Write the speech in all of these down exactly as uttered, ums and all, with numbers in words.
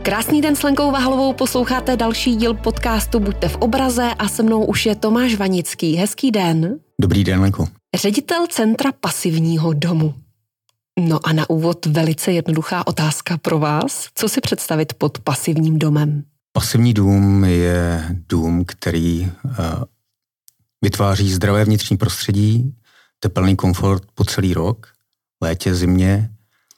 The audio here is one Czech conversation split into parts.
Krásný den s Lenkou Vahlovou, posloucháte další díl podcastu Buďte v obraze a se mnou už je Tomáš Vanický. Hezký den. Dobrý den, Lenko. Ředitel Centra pasivního domu. No a na úvod velice jednoduchá otázka pro vás. Co si představit pod pasivním domem? Pasivní dům je dům, který uh, vytváří zdravé vnitřní prostředí, tepelný komfort po celý rok, létě, zimě,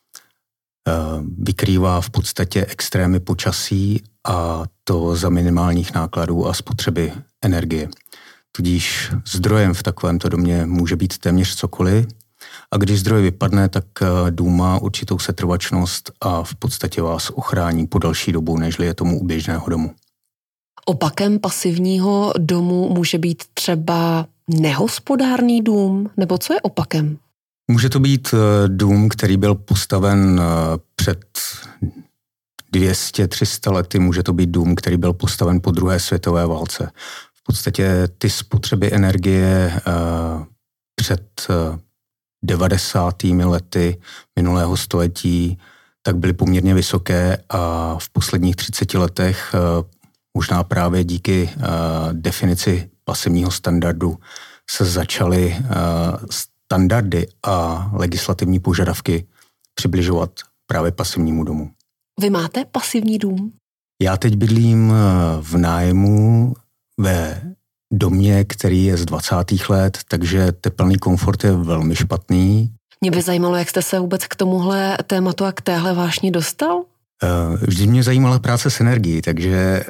uh, vykrývá v podstatě extrémy počasí a to za minimálních nákladů a spotřeby energie. Tudíž zdrojem v takovémto domě může být téměř cokoliv a když zdroj vypadne, tak dům má určitou setrvačnost a v podstatě vás ochrání po další dobu, nežli je tomu u běžného domu. Opakem pasivního domu může být třeba nehospodárný dům, nebo co je opakem? Může to být dům, který byl postaven před dvě stě tři sta lety, může to být dům, který byl postaven po druhé světové válce. V podstatě ty spotřeby energie před devadesátými lety minulého století tak byly poměrně vysoké a v posledních třiceti letech možná právě díky definici pasivního standardu se začaly standardy a legislativní požadavky přibližovat právě pasivnímu domu. Vy máte pasivní dům? Já teď bydlím v nájmu ve domě, který je z dvacátých let, takže tepelný komfort je velmi špatný. Mě by zajímalo, jak jste se vůbec k tomuhle tématu a k téhle vášni dostal? Vždy mě zajímala práce s energií, takže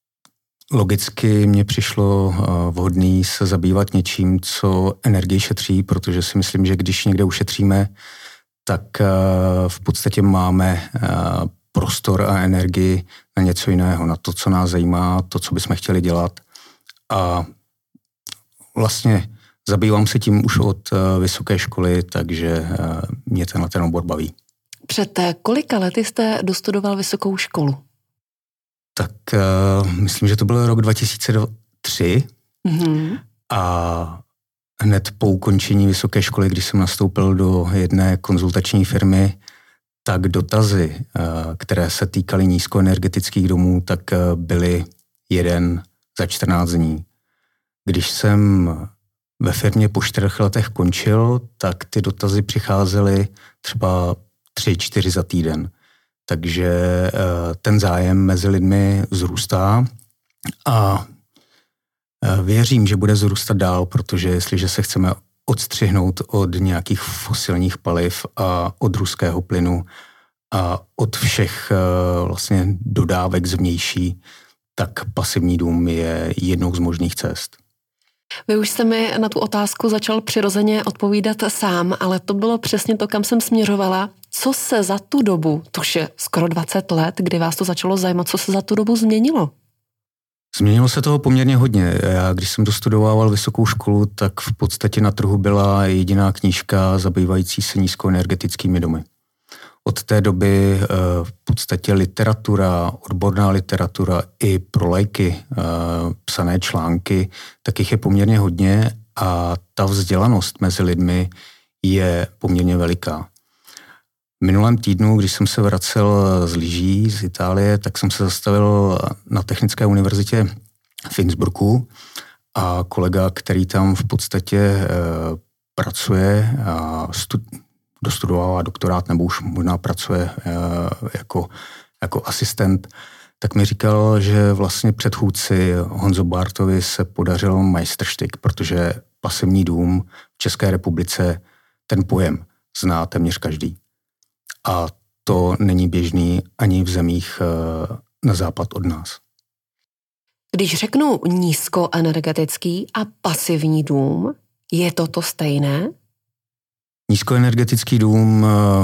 logicky mně přišlo vhodné se zabývat něčím, co energii šetří, protože si myslím, že když někde ušetříme, tak v podstatě máme prostor a energii na něco jiného, na to, co nás zajímá, to, co bychom chtěli dělat. A vlastně zabývám se tím už od vysoké školy, takže mě tenhle ten obor baví. Před kolika lety jste dostudoval vysokou školu? Tak uh, myslím, že to byl rok dva tisíce tři mm-hmm. a hned po ukončení vysoké školy, když jsem nastoupil do jedné konzultační firmy, tak dotazy, uh, které se týkaly nízkoenergetických domů, tak uh, byly jeden za čtrnáct dní. Když jsem ve firmě po čtyřech letech končil, tak ty dotazy přicházely třeba tři, čtyři za týden. Takže ten zájem mezi lidmi vzrůstá a věřím, že bude vzrůstat dál, protože jestliže se chceme odstřihnout od nějakých fosilních paliv a od ruského plynu a od všech vlastně dodávek zvnější, tak pasivní dům je jednou z možných cest. Vy už jste mi na tu otázku začal přirozeně odpovídat sám, ale to bylo přesně to, kam jsem směřovala. Co se za tu dobu, to už je skoro dvacet let, kdy vás to začalo zajímat, co se za tu dobu změnilo? Změnilo se toho poměrně hodně. Já, když jsem dostudovával vysokou školu, tak v podstatě na trhu byla jediná knížka zabývající se nízkoenergetickými domy. Od té doby v podstatě literatura, odborná literatura i pro lajky, psané články, tak jich je poměrně hodně a ta vzdělanost mezi lidmi je poměrně veliká. V minulém týdnu, když jsem se vracel z lyží z Itálie, tak jsem se zastavil na Technické univerzitě v Innsbrucku a kolega, který tam v podstatě pracuje a studuje, dostudoval doktorát nebo už možná pracuje jako, jako asistent, tak mi říkal, že vlastně předchůdci Honzo Bartovi se podařil majstrštyk, protože pasivní dům v České republice ten pojem zná téměř každý. A to není běžný ani v zemích na západ od nás. Když řeknu nízkoenergetický a pasivní dům, je to to stejné? Nízkoenergetický dům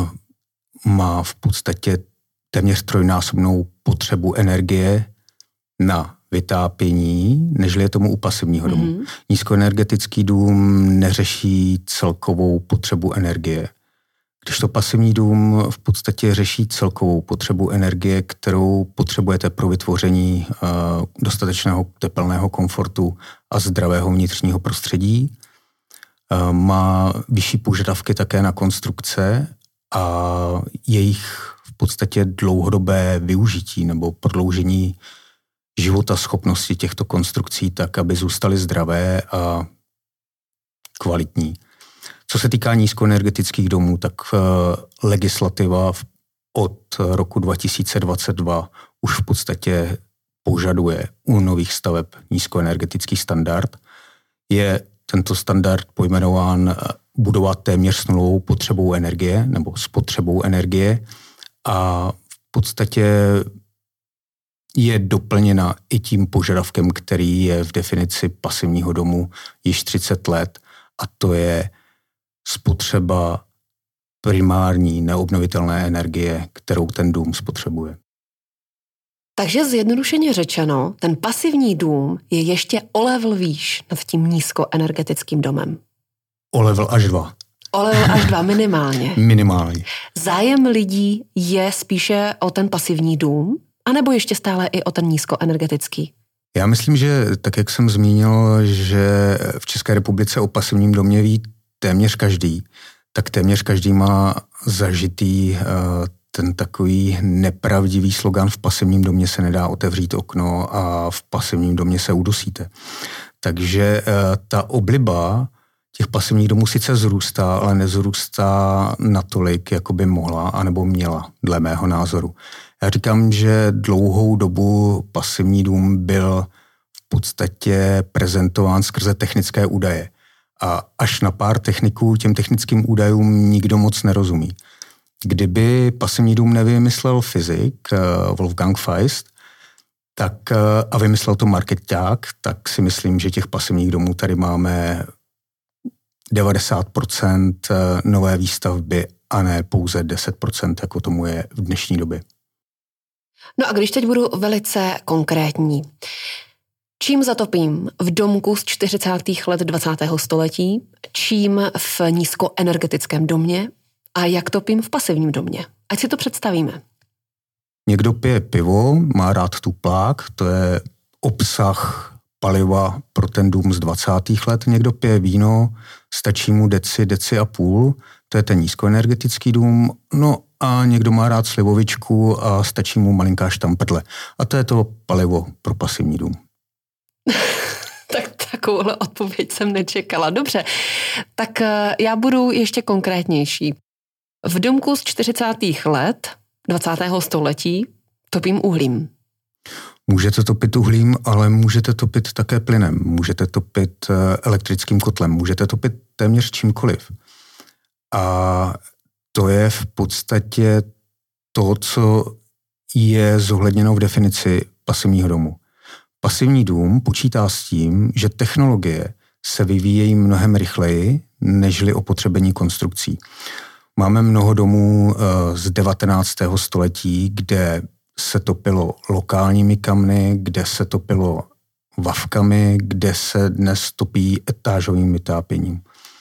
má v podstatě téměř trojnásobnou potřebu energie na vytápění, nežli je tomu u pasivního domu. Mm-hmm. Nízkoenergetický dům neřeší celkovou potřebu energie. Když to pasivní dům v podstatě řeší celkovou potřebu energie, kterou potřebujete pro vytvoření uh, dostatečného tepelného komfortu a zdravého vnitřního prostředí, uh, má vyšší požadavky také na konstrukce a jejich v podstatě dlouhodobé využití nebo prodloužení života schopnosti těchto konstrukcí tak, aby zůstaly zdravé a kvalitní. Co se týká nízkoenergetických domů, tak legislativa od roku dva tisíce dvacet dva už v podstatě požaduje u nových staveb nízkoenergetický standard. Je tento standard pojmenován budovat téměř s nulovou potřebou energie nebo spotřebou energie a v podstatě je doplněna i tím požadavkem, který je v definici pasivního domu již třicet let, a to je spotřeba primární neobnovitelné energie, kterou ten dům spotřebuje. Takže zjednodušeně řečeno, ten pasivní dům je ještě o level výš nad tím nízkoenergetickým domem. O level až dva. O level až dva minimálně. Minimálně. Zájem lidí je spíše o ten pasivní dům, anebo ještě stále i o ten nízkoenergetický? Já myslím, že tak, jak jsem zmínil, že v České republice o pasivním domě ví téměř každý, tak téměř každý má zažitý ten takový nepravdivý slogan: v pasivním domě se nedá otevřít okno a v pasivním domě se udusíte. Takže ta obliba těch pasivních domů sice zrůstá, ale nezrůstá natolik, jako by mohla anebo měla, dle mého názoru. Já říkám, že dlouhou dobu pasivní dům byl v podstatě prezentován skrze technické údaje. A až na pár techniků těm technickým údajům nikdo moc nerozumí. Kdyby pasivní dům nevymyslel fyzik Wolfgang Feist, tak, a vymyslel to markeťák, tak si myslím, že těch pasivních domů tady máme devadesát procent nové výstavby a ne pouze deset procent, jako tomu je v dnešní době. No a když teď budu velice konkrétní, čím zatopím v domku z čtyřicátých let dvacátého století, čím v nízkoenergetickém domě a jak topím v pasivním domě? Ať si to představíme. Někdo pije pivo, má rád tuplák, to je obsah paliva pro ten dům z dvacátých let. Někdo pije víno, stačí mu deci, deci a půl, to je ten nízkoenergetický dům. No a někdo má rád slivovičku a stačí mu malinká štamprle. A to je to palivo pro pasivní dům. Tak takovouhle odpověď jsem nečekala. Dobře, tak já budu ještě konkrétnější. V domku z čtyřicátých let dvacátého století topím uhlím. Můžete topit uhlím, ale můžete topit také plynem, můžete topit elektrickým kotlem, můžete topit téměř čímkoliv. A to je v podstatě to, co je zohledněno v definici pasivního domu. Pasivní dům počítá s tím, že technologie se vyvíjejí mnohem rychleji, nežli opotřebení konstrukcí. Máme mnoho domů z devatenáctého století, kde se topilo lokálními kamny, kde se topilo vavkami, kde se dnes topí etážovým vytápěním.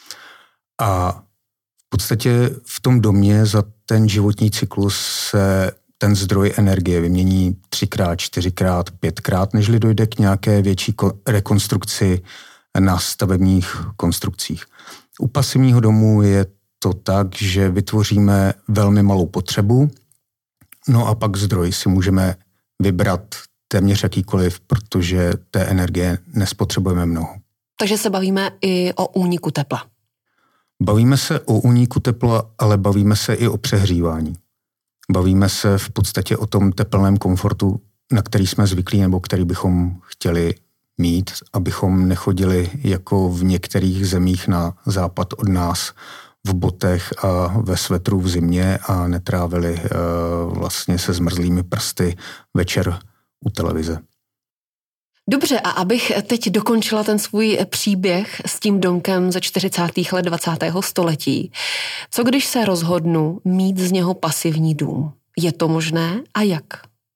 A v podstatě v tom domě za ten životní cyklus se ten zdroj energie vymění třikrát, čtyřikrát, pětkrát, nežli dojde k nějaké větší rekonstrukci na stavebních konstrukcích. U pasivního domu je to tak, že vytvoříme velmi malou potřebu, no a pak zdroj si můžeme vybrat téměř jakýkoliv, protože té energie nespotřebujeme mnoho. Takže se bavíme i o úniku tepla. Bavíme se o úniku tepla, ale bavíme se i o přehřívání. Bavíme se v podstatě o tom tepelném komfortu, na který jsme zvyklí nebo který bychom chtěli mít, abychom nechodili jako v některých zemích na západ od nás v botech a ve svetru v zimě a netrávili uh, vlastně se zmrzlými prsty večer u televize. Dobře, a abych teď dokončila ten svůj příběh s tím domkem ze čtyřicátých let dvacátého století. Co když se rozhodnu mít z něho pasivní dům? Je to možné a jak?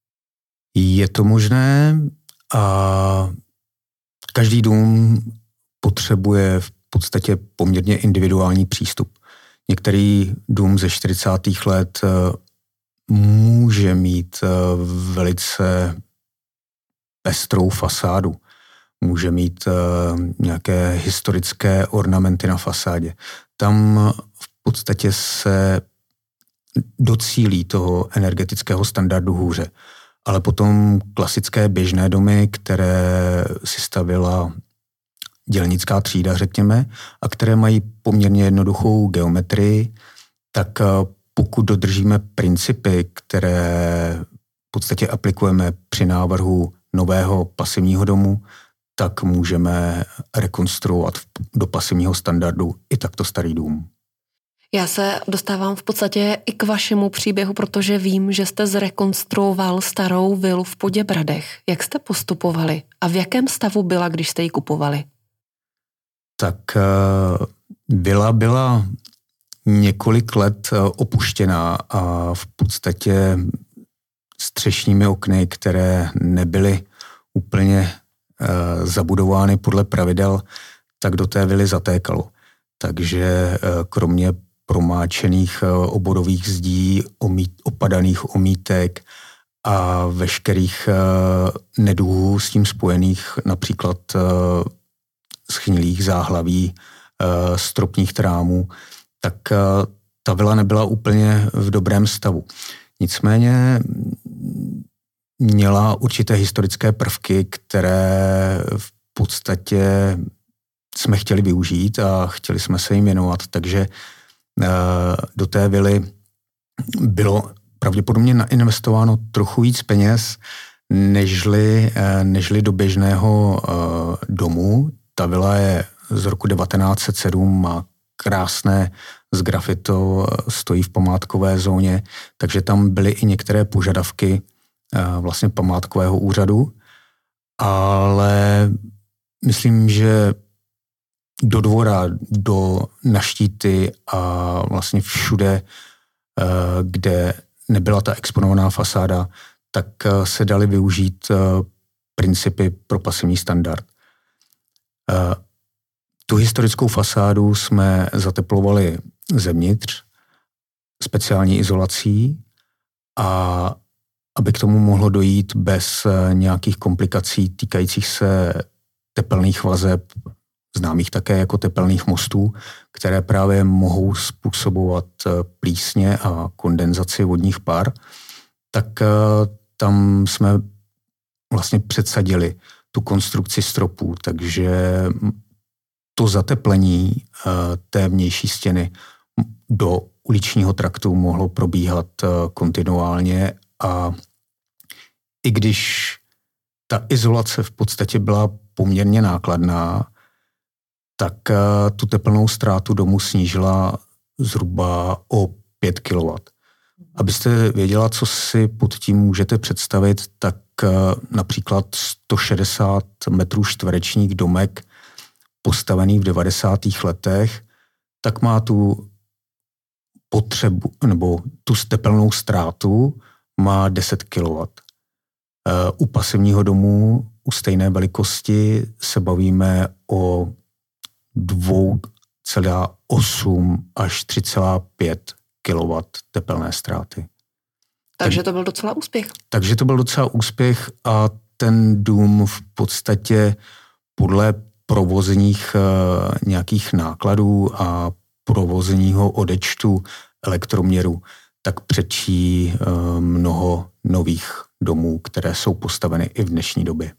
Je to možné a každý dům potřebuje v podstatě poměrně individuální přístup. Některý dům ze čtyřicátých let může mít velice pestrou fasádu. Může mít nějaké historické ornamenty na fasádě. Tam v podstatě se docílí toho energetického standardu hůře. Ale potom klasické běžné domy, které si stavila dělnická třída, řekněme, a které mají poměrně jednoduchou geometrii, tak pokud dodržíme principy, které v podstatě aplikujeme při návrhu nového pasivního domu, tak můžeme rekonstruovat do pasivního standardu i takto starý dům. Já se dostávám v podstatě i k vašemu příběhu, protože vím, že jste zrekonstruoval starou vilu v Poděbradech. Jak jste postupovali a v jakém stavu byla, když jste ji kupovali? Tak vila byla několik let opuštěná a v podstatě střešními okny, které nebyly úplně zabudovány podle pravidel, tak do té vily zatékalo. Takže kromě promáčených oborových zdí, omít, opadaných omítek a veškerých neduhů s tím spojených, například schnilých záhlaví, stropních trámů, tak ta vila nebyla úplně v dobrém stavu. Nicméně měla určité historické prvky, které v podstatě jsme chtěli využít a chtěli jsme se jim věnovat, takže do té vily bylo pravděpodobně nainvestováno trochu víc peněz, nežli, nežli do běžného domu. Ta vila je z roku devatenáct set sedm, má krásné sgrafito, stojí v památkové zóně, takže tam byly i některé požadavky vlastně památkového úřadu, ale myslím, že do dvora, do naštíty a vlastně všude, kde nebyla ta exponovaná fasáda, tak se daly využít principy pro pasivní standard. Tu historickou fasádu jsme zateplovali zevnitř speciální izolací a aby k tomu mohlo dojít bez nějakých komplikací týkajících se tepelných vazeb, známých také jako tepelných mostů, které právě mohou způsobovat plísně a kondenzaci vodních pár, tak tam jsme vlastně předsadili tu konstrukci stropů, takže to zateplení té vnější stěny do uličního traktu mohlo probíhat kontinuálně a i když ta izolace v podstatě byla poměrně nákladná, tak tu teplnou ztrátu domu snížila zhruba o pět kilowattů. Abyste věděla, co si pod tím můžete představit, tak například sto šedesát metrů čtverečních domek postavený v devadesátých letech, tak má tu potřebu, nebo tu tepelnou ztrátu má deset kilowattů. U pasivního domu u stejné velikosti se bavíme o dva celá osm až tři celá pět kilowattů tepelné ztráty. Takže to byl docela úspěch. Takže to byl docela úspěch a ten dům v podstatě podle provozních uh, nějakých nákladů a provozního odečtu elektroměru tak předčí uh, mnoho nových domů, které jsou postaveny i v dnešní době.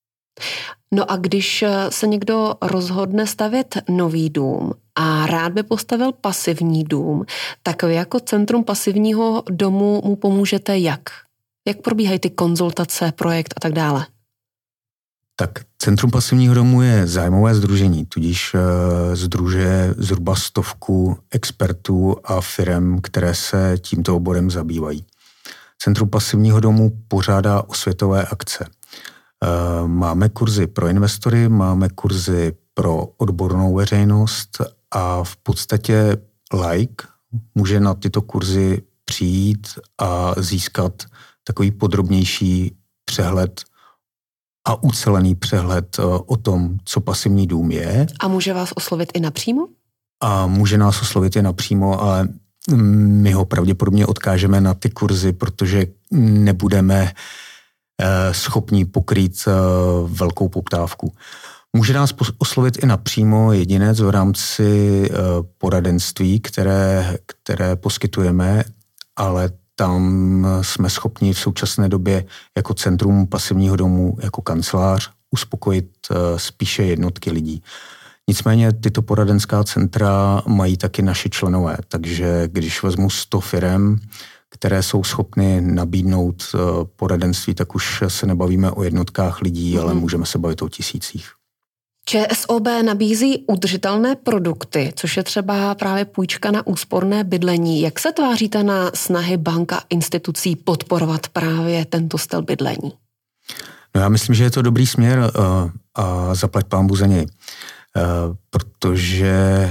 No a když se někdo rozhodne stavět nový dům a rád by postavil pasivní dům, tak vy jako Centrum pasivního domu mu pomůžete jak? Jak probíhají ty konzultace, projekt a tak dále? Tak Centrum pasivního domu je zájmové sdružení, tudíž uh, sdružuje zhruba stovku expertů a firem, které se tímto oborem zabývají. Centrum pasivního domu pořádá osvětové akce. Uh, máme kurzy pro investory, máme kurzy pro odbornou veřejnost a v podstatě laik může na tyto kurzy přijít a získat takový podrobnější přehled a ucelený přehled o tom, co pasivní dům je. A může vás oslovit i napřímo? A může nás oslovit i napřímo, ale my ho pravděpodobně odkážeme na ty kurzy, protože nebudeme schopni pokrýt velkou poptávku. Může nás oslovit i napřímo jedinec v rámci poradenství, které, které poskytujeme ale tam jsme schopni v současné době jako centrum pasivního domu, jako kancelář uspokojit spíše jednotky lidí. Nicméně tyto poradenská centra mají taky naši členové, takže když vezmu sto firem, které jsou schopny nabídnout poradenství, tak už se nebavíme o jednotkách lidí, mm. ale můžeme se bavit o tisících. ČSOB nabízí udržitelné produkty, což je třeba právě půjčka na úsporné bydlení. Jak se tváříte na snahy bank a institucí podporovat právě tento styl bydlení? No já myslím, že je to dobrý směr a zaplať pánbůh za něj, protože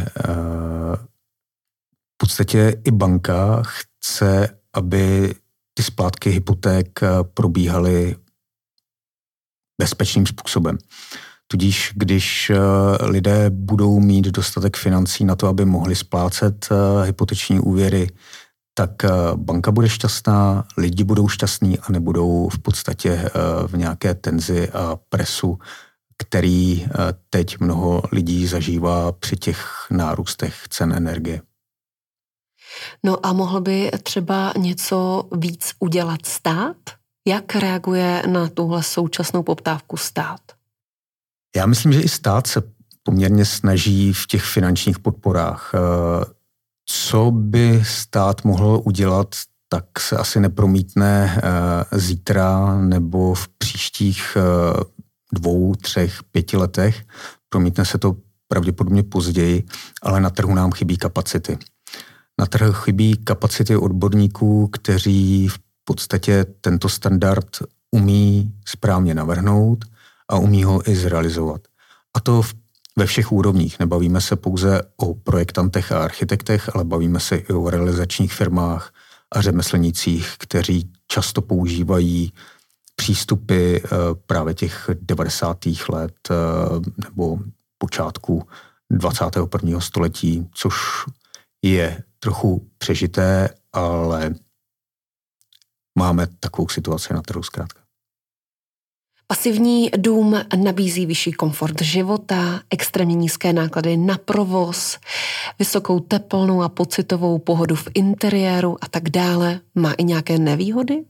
v podstatě i banka chce, aby ty splátky hypoték probíhaly bezpečným způsobem. Tudíž, když lidé budou mít dostatek financí na to, aby mohli splácet hypoteční úvěry, tak banka bude šťastná, lidi budou šťastní a nebudou v podstatě v nějaké tenzi a presu, který teď mnoho lidí zažívá při těch nárůstech cen energie. No a mohl by třeba něco víc udělat stát? Jak reaguje na tuhle současnou poptávku stát? Já myslím, že i stát se poměrně snaží v těch finančních podporách. Co by stát mohl udělat, tak se asi nepromítne zítra nebo v příštích dvou, třech, pěti letech. Promítne se to pravděpodobně později, ale na trhu nám chybí kapacity. Na trhu chybí kapacity odborníků, kteří v podstatě tento standard umí správně navrhnout a umí ho i zrealizovat. A to ve všech úrovních. Nebavíme se pouze o projektantech a architektech, ale bavíme se i o realizačních firmách a řemeslnících, kteří často používají přístupy právě těch devadesátých let nebo počátku dvacátého prvního století, což je trochu přežité, ale máme takovou situaci na trhu zkrátka. Pasivní dům nabízí vyšší komfort života, extrémně nízké náklady na provoz, vysokou teplnou a pocitovou pohodu v interiéru a tak dále. Má i nějaké nevýhody?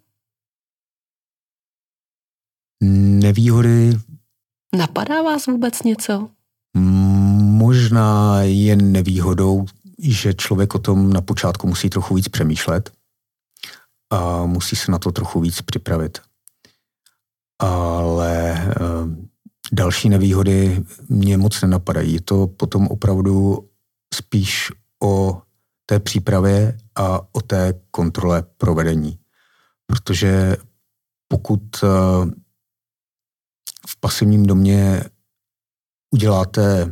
Nevýhody... Napadá vás vůbec něco? Možná je nevýhodou, že člověk o tom na počátku musí trochu víc přemýšlet a musí se na to trochu víc připravit. Ale e, další nevýhody mě moc nenapadají. Je to potom opravdu spíš o té přípravě a o té kontrole provedení. Protože pokud e, v pasivním domě uděláte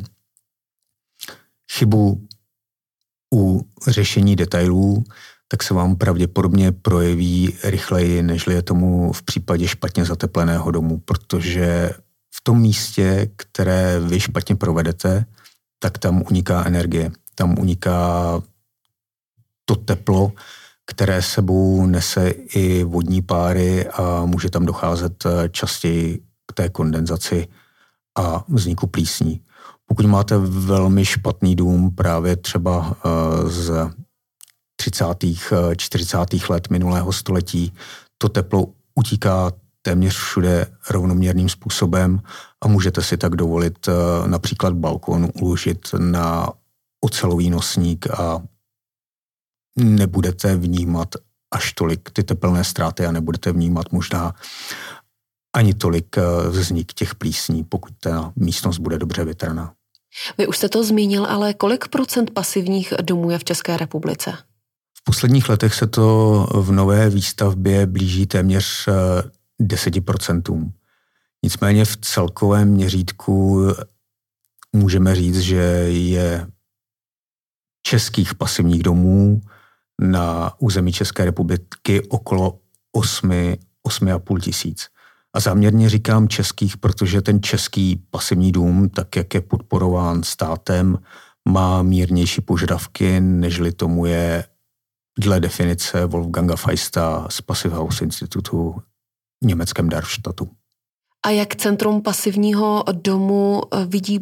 chybu u řešení detailů, tak se vám pravděpodobně projeví rychleji, nežli je tomu v případě špatně zatepleného domu, protože v tom místě, které vy špatně provedete, tak tam uniká energie. Tam uniká to teplo, které sebou nese i vodní páry a může tam docházet častěji k té kondenzaci a vzniku plísní. Pokud máte velmi špatný dům, právě třeba z třicátých, čtyřicátých let minulého století, to teplo utíká téměř všude rovnoměrným způsobem a můžete si tak dovolit například balkon uložit na ocelový nosník a nebudete vnímat až tolik ty tepelné ztráty a nebudete vnímat možná ani tolik vznik těch plísní, pokud ta místnost bude dobře vytrhaná. Vy už jste to zmínil, ale kolik procent pasivních domů je v České republice? V posledních letech se to v nové výstavbě blíží téměř deset procent. Nicméně v celkovém měřítku můžeme říct, že je českých pasivních domů na území České republiky okolo osm, osm a půl tisíc. A záměrně říkám českých, protože ten český pasivní dům, tak jak je podporován státem, má mírnější požadavky, nežli tomu je dle definice Wolfganga Feista z Passive House Institutu v německém Darmstadtu. A jak Centrum pasivního domu vidí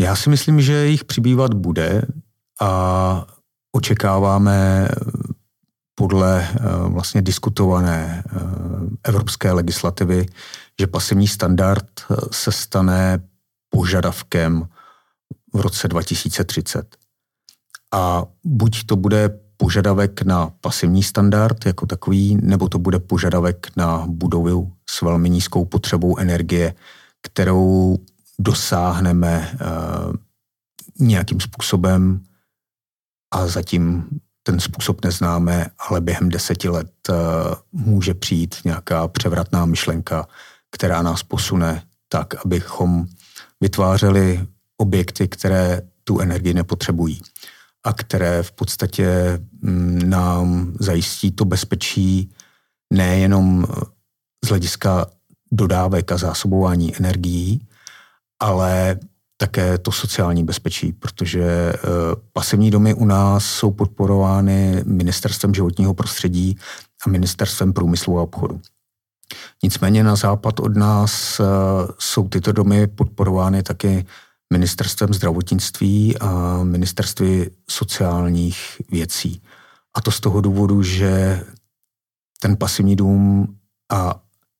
Já si myslím, že jich přibývat bude a očekáváme podle vlastně diskutované evropské legislativy, že pasivní standard se stane požadavkem v roce dva tisíce třicet. A buď to bude požadavek na pasivní standard jako takový, nebo to bude požadavek na budovu s velmi nízkou potřebou energie, kterou dosáhneme uh, nějakým způsobem a zatím ten způsob neznáme, ale během deseti let uh, může přijít nějaká převratná myšlenka, která nás posune tak, abychom vytvářeli objekty, které tu energii nepotřebují a které v podstatě nám zajistí to bezpečí nejenom z hlediska dodávek a zásobování energií, ale také to sociální bezpečí, protože pasivní domy u nás jsou podporovány Ministerstvem životního prostředí a Ministerstvem průmyslu a obchodu. Nicméně na západ od nás jsou tyto domy podporovány taky Ministerstvem zdravotnictví a Ministerství sociálních věcí. A to z toho důvodu, že ten pasivní dům a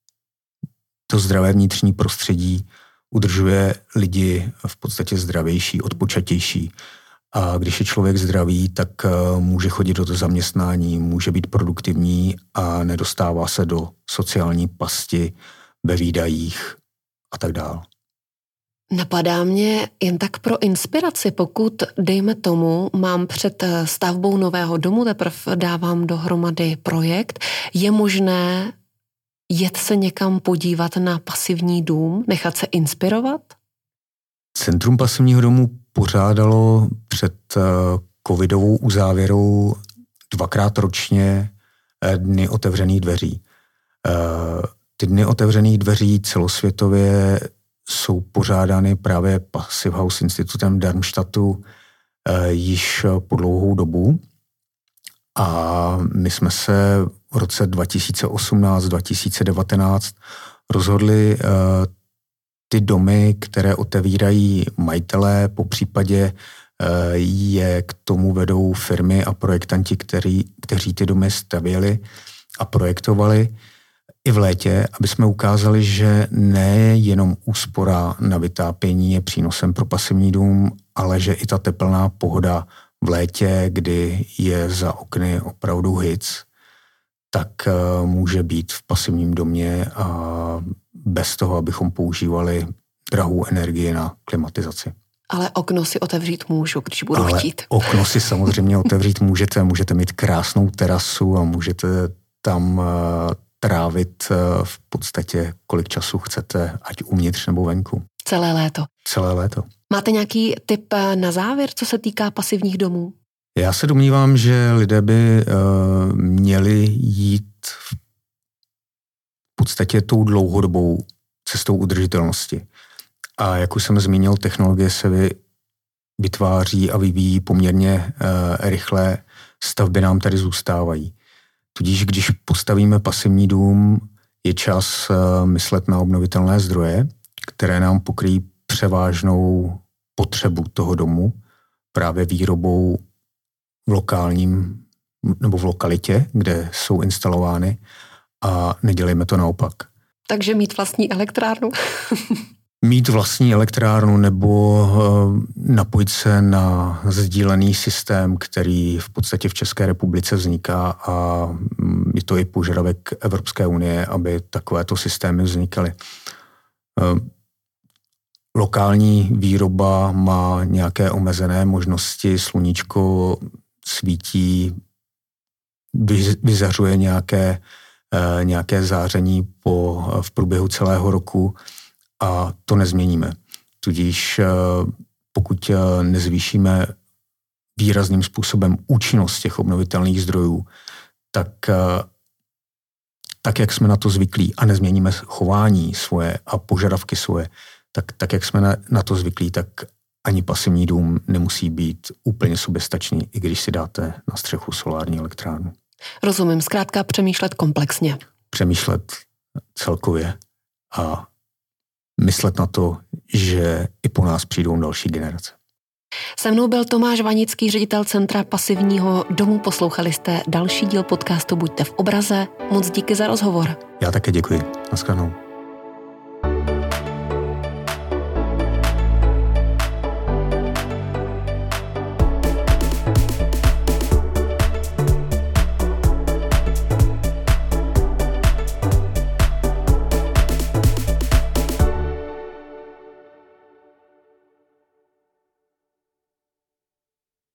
to zdravé vnitřní prostředí udržuje lidi v podstatě zdravější, odpočatější. A když je člověk zdravý, tak může chodit do toho zaměstnání, může být produktivní a nedostává se do sociální pasti ve výdajích a tak dále. Napadá mě jen tak pro inspiraci, pokud, dejme tomu, mám před stavbou nového domu, teprve dávám dohromady projekt, je možné jet se někam podívat na pasivní dům, nechat se inspirovat? Centrum pasivního domu pořádalo před covidovou uzávěrou dvakrát ročně dny otevřených dveří. Ty dny otevřených dveří celosvětově jsou pořádány právě Passive House institutem v Darmstadtu e, již po dlouhou dobu. A my jsme se v roce dva tisíce osmnáct dva tisíce devatenáct rozhodli e, ty domy, které otevírají majitelé, po případě e, je k tomu vedou firmy a projektanti, který, kteří ty domy stavěli a projektovali, i v létě, aby jsme ukázali, že nejenom úspora na vytápění je přínosem pro pasivní dům, ale že i ta teplná pohoda v létě, kdy je za okny opravdu hic, tak může být v pasivním domě a bez toho, abychom používali drahou energii na klimatizaci. Ale okno si otevřít můžu, když budu ale chtít. Okno si samozřejmě otevřít můžete, můžete mít krásnou terasu a můžete tam trávit v podstatě kolik času chcete, ať uvnitř nebo venku. Celé léto. Celé léto. Máte nějaký tip na závěr, co se týká pasivních domů? Já se domnívám, že lidé by uh, měli jít v podstatě tou dlouhodobou cestou udržitelnosti. A jak už jsem zmínil, technologie se vytváří a vyvíjí poměrně uh, rychle, stavby nám tady zůstávají. Tudíž, když postavíme pasivní dům, je čas myslet na obnovitelné zdroje, které nám pokryjí převážnou potřebu toho domu právě výrobou v lokálním nebo v lokalitě, kde jsou instalovány a nedělejme to naopak. Takže mít vlastní elektrárnu? Mít vlastní elektrárnu nebo napojit se na sdílený systém, který v podstatě v České republice vzniká a je to i požadavek Evropské unie, aby takovéto systémy vznikaly. Lokální výroba má nějaké omezené možnosti, sluníčko svítí, vyzařuje nějaké, nějaké záření po, v průběhu celého roku, a to nezměníme. Tudíž pokud nezvýšíme výrazným způsobem účinnost těch obnovitelných zdrojů, tak, tak jak jsme na to zvyklí a nezměníme chování svoje a požadavky svoje, tak, tak jak jsme na, na to zvyklí, tak ani pasivní dům nemusí být úplně soběstačný, i když si dáte na střechu solární elektrárnu. Rozumím, zkrátka přemýšlet komplexně. Přemýšlet celkově a myslet na to, že i po nás přijdou další generace. Se mnou byl Tomáš Vanický, ředitel Centra pasivního domu. Poslouchali jste další díl podcastu Buďte v obraze. Moc díky za rozhovor. Já také děkuji. Naschledanou.